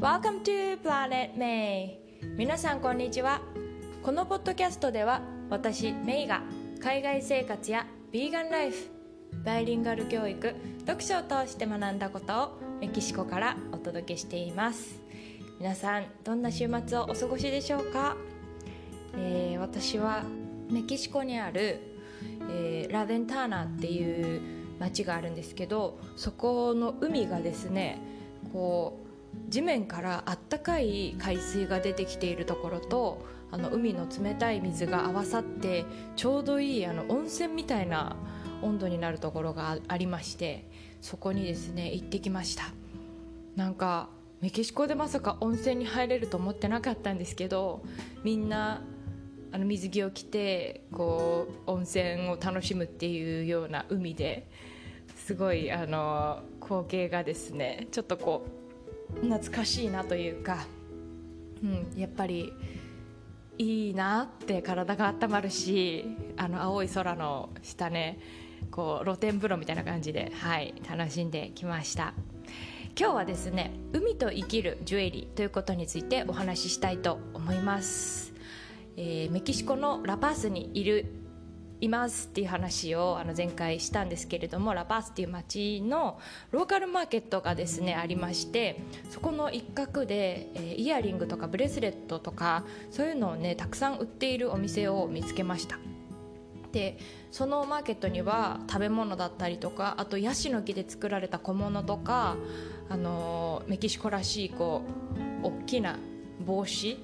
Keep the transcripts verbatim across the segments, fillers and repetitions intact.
Welcome to Planet May。 皆さんこんにちは。このポッドキャストでは私メイが海外生活やビーガンライフ、バイリンガル教育、読書を通して学んだことをメキシコからお届けしています。皆さんどんな週末をお過ごしでしょうか。えー、私はメキシコにある、えー、ラベンターナっていう町があるんですけど、そこの海がですね、こう地面からあったかい海水が出てきているところと、あの海の冷たい水が合わさってちょうどいいあの温泉みたいな温度になるところがありまして、そこにですね行ってきました。なんかメキシコでまさか温泉に入れると思ってなかったんですけど、みんなあの水着を着てこう温泉を楽しむっていうような海で、すごいあの光景がですねちょっとこう懐かしいなというか、うん、やっぱりいいなって体が温まるし、あの青い空の下ね、こう露天風呂みたいな感じで、はい、楽しんできました。今日はですね、海と生きるジュエリーということについてお話ししたいと思います。えー、メキシコのラパスにいるいますっていう話をあの前回したんですけれども、ラパスっていう町のローカルマーケットがですねありまして、そこの一角で、えー、イヤリングとかブレスレットとかそういうのをねたくさん売っているお店を見つけました。でそのマーケットには食べ物だったりとか、あとヤシの木で作られた小物とか、あのー、メキシコらしいこう大きな帽子、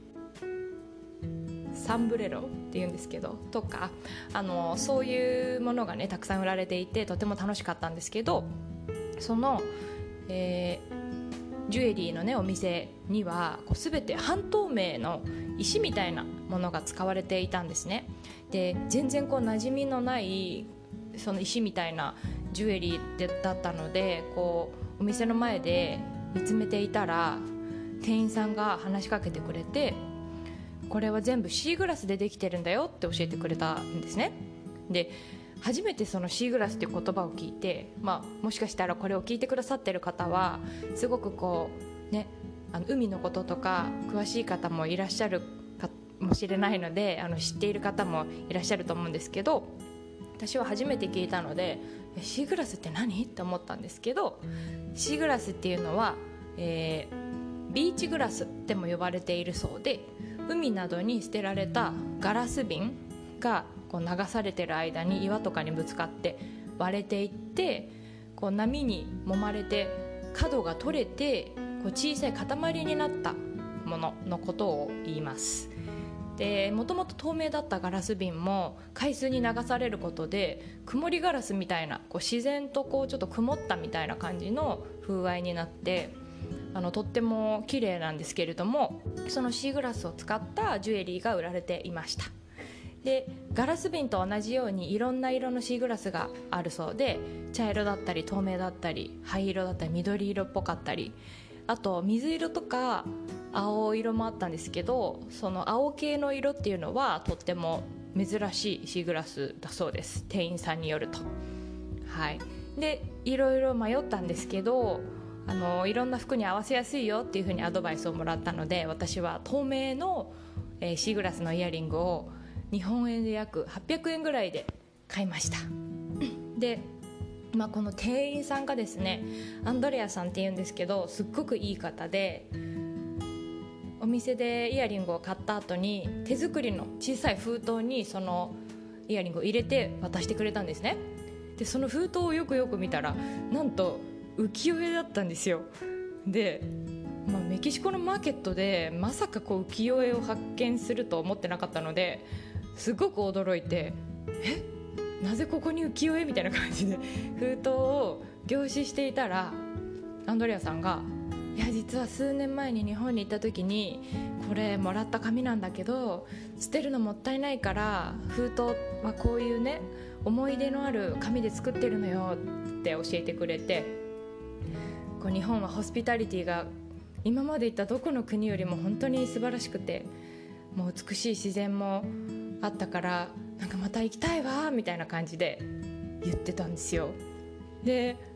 サンブレロっていうんですけどとか、あのそういうものがねたくさん売られていて、とても楽しかったんですけど、その、えー、ジュエリーのねお店にはこう全て半透明の石みたいなものが使われていたんですね。で全然こう馴染みのないその石みたいなジュエリーでだったので、こうお店の前で見つめていたら店員さんが話しかけてくれて、これは全部シーグラスでできてるんだよって教えてくれたんですね。で初めてそのシーグラスっていう言葉を聞いて、まあ、もしかしたらこれを聞いてくださってる方はすごくこうね、あの海のこととか詳しい方もいらっしゃるかもしれないので、あの知っている方もいらっしゃると思うんですけど、私は初めて聞いたのでシーグラスって何って思ったんですけど、シーグラスっていうのは、えー、ビーチグラスでも呼ばれているそうで、海などに捨てられたガラス瓶がこう流されてる間に岩とかにぶつかって割れていって、こう波に揉まれて角が取れてこう小さい塊になったもののことを言います。でもともと透明だったガラス瓶も海水に流されることで曇りガラスみたいな、こう自然とこうちょっと曇ったみたいな感じの風合いになって、あのとっても綺麗なんですけれども、そのシーグラスを使ったジュエリーが売られていました。でガラス瓶と同じようにいろんな色のシーグラスがあるそうで、茶色だったり透明だったり灰色だったり緑色っぽかったり、あと水色とか青色もあったんですけど、その青系の色っていうのはとっても珍しいシーグラスだそうです、店員さんによると。はい、でいろいろ迷ったんですけど、あのいろんな服に合わせやすいよっていう風にアドバイスをもらったので、私は透明の、えー、シーグラスのイヤリングを日本円で約はっぴゃくえんぐらいで買いました。で、まあ、この店員さんがですね、アンドレアさんっていうんですけど、すっごくいい方で、お店でイヤリングを買った後に手作りの小さい封筒にそのイヤリングを入れて渡してくれたんですね。でその封筒をよくよく見たら、なんと浮世絵だったんですよ。で、まあ、メキシコのマーケットでまさかこう浮世絵を発見すると思ってなかったので、すごく驚いて、えなぜここに浮世絵みたいな感じで封筒を凝視していたら、アンドレアさんが、いや実は数年前に日本に行った時にこれもらった紙なんだけど、捨てるのもったいないから封筒はこういうね思い出のある紙で作ってるのよって教えてくれて、こう日本はホスピタリティが今まで行ったどこの国よりも本当に素晴らしくて、もう美しい自然もあったから、なんかまた行きたいわみたいな感じで言ってたんですよ。で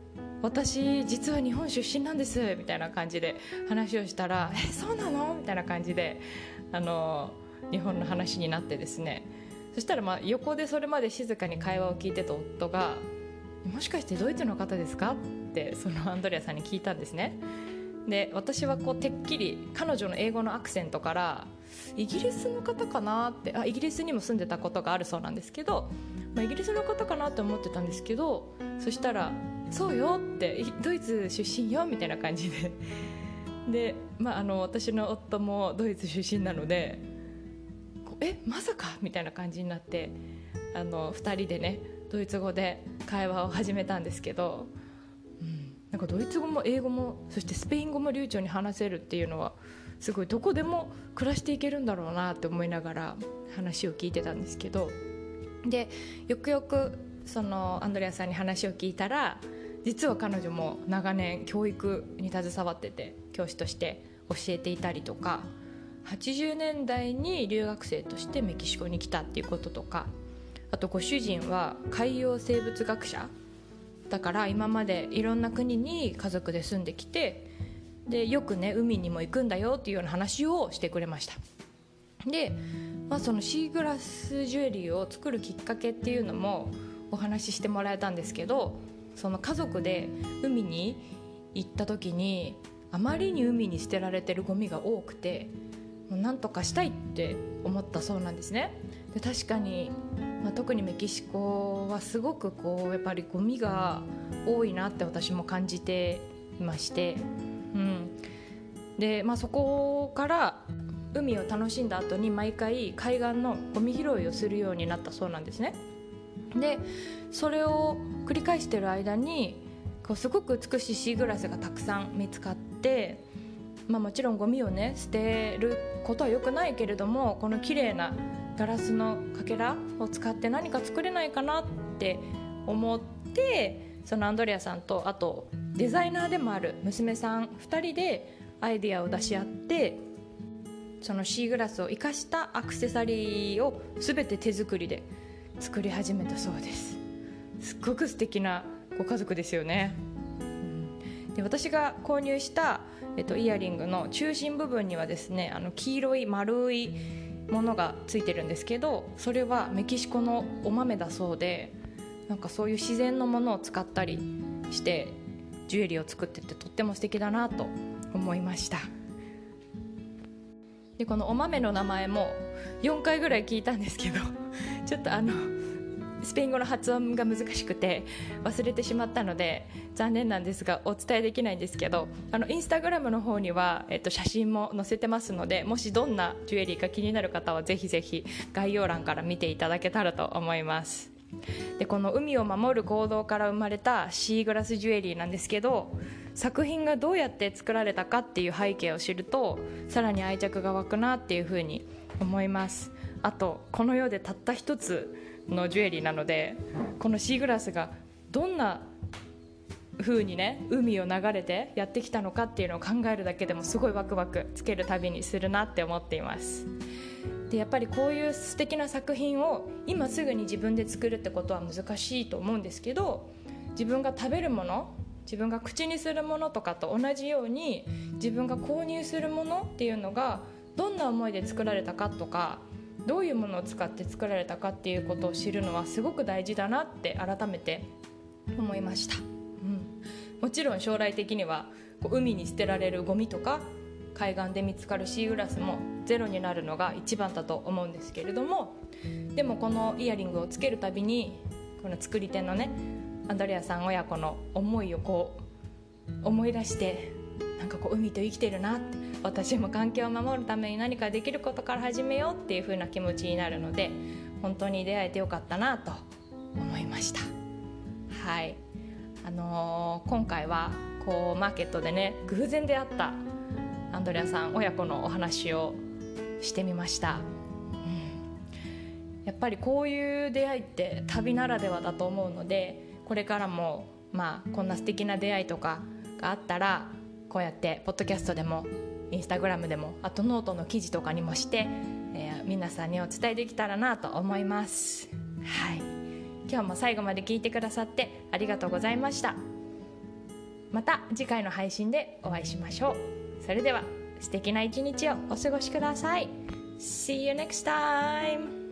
私実は日本出身なんですみたいな感じで話をしたら、えそうなのみたいな感じであの日本の話になってですね、そしたらまあ横でそれまで静かに会話を聞いてた夫が、もしかしてドイツの方ですかってそのアンドレアさんに聞いたんですね。で私はこうてっきり彼女の英語のアクセントからイギリスの方かなって、あイギリスにも住んでたことがあるそうなんですけど、まあ、イギリスの方かなって思ってたんですけど、そしたらそうよってドイツ出身よみたいな感じでで、まあ、あの私の夫もドイツ出身なので、えまさかみたいな感じになって、あのふたりでねドイツ語で会話を始めたんですけど、うん、なんかドイツ語も英語もそしてスペイン語も流暢に話せるっていうのはすごいどこでも暮らしていけるんだろうなって思いながら話を聞いてたんですけど、でよくよくそのアンドレアさんに話を聞いたら、実は彼女も長年教育に携わってて教師として教えていたりとか、はちじゅうねんだいに留学生としてメキシコに来たっていうこととか、あとご主人は海洋生物学者だから今までいろんな国に家族で住んできて、でよくね海にも行くんだよっていうような話をしてくれました。で、まあ、そのシーグラスジュエリーを作るきっかけっていうのもお話ししてもらえたんですけど、その家族で海に行った時にあまりに海に捨てられてるゴミが多くて、もうなんとかしたいって思ったそうなんですね。で確かに、まあ、特にメキシコはすごくこうやっぱりゴミが多いなって私も感じていまして、うんでまあ、そこから海を楽しんだ後に毎回海岸のゴミ拾いをするようになったそうなんですね。でそれを繰り返している間にこうすごく美しいシーグラスがたくさん見つかって、まあ、もちろんゴミをね捨てることは良くないけれども、この綺麗なガラスのかけらを使って何か作れないかなって思って、そのアンドレアさんとあとデザイナーでもある娘さんふたりでアイディアを出し合って、そのシーグラスを生かしたアクセサリーを全て手作りで作り始めたそうです。すっごく素敵なご家族ですよね。で私が購入した、えっと、イヤリングの中心部分にはですね、あの黄色い丸いものがついてるんですけど、それはメキシコのお豆だそうで、なんかそういう自然のものを使ったりしてジュエリーを作っててとっても素敵だなと思いました。でこのお豆の名前もよんかいぐらい聞いたんですけどちょっとあのスペイン語の発音が難しくて忘れてしまったので残念なんですがお伝えできないんですけど、あのインスタグラムの方には、えっと、写真も載せてますので、もしどんなジュエリーか気になる方はぜひぜひ概要欄から見ていただけたらと思います。でこの海を守る行動から生まれたシーグラスジュエリーなんですけど、作品がどうやって作られたかっていう背景を知るとさらに愛着が湧くなっていうふうに思います。あとこの世でたった一つのジュエリーなので、このシーグラスがどんな風にね海を流れてやってきたのかっていうのを考えるだけでもすごいワクワクつけるたびにするなって思っています。でやっぱりこういう素敵な作品を今すぐに自分で作るってことは難しいと思うんですけど、自分が食べるもの、自分が口にするものとかと同じように自分が購入するものっていうのがどんな思いで作られたかとか、どういうものを使って作られたかっていうことを知るのはすごく大事だなって改めて思いました、うん、もちろん将来的にはこう海に捨てられるゴミとか海岸で見つかるシーグラスもゼロになるのが一番だと思うんですけれども、でもこのイヤリングをつけるたびにこの作り手のねアンドレアさん親子の思いをこう思い出して、なんかこう海と生きてるなって、私も環境を守るために何かできることから始めようっていう風な気持ちになるので、本当に出会えてよかったなと思いました。はい、あのー、今回はこうマーケットでね偶然出会ったアンドレアさん親子のお話をしてみました、うん、やっぱりこういう出会いって旅ならではだと思うので、これからもまあこんな素敵な出会いとかがあったらこうやってポッドキャストでもインスタグラムでもあとノートの記事とかにもして、えー、皆さんにお伝えできたらなと思います。はい、今日も最後まで聞いてくださってありがとうございました。 また次回の配信でお会いしましょう。それでは素敵な一日をお過ごしください。See you next time!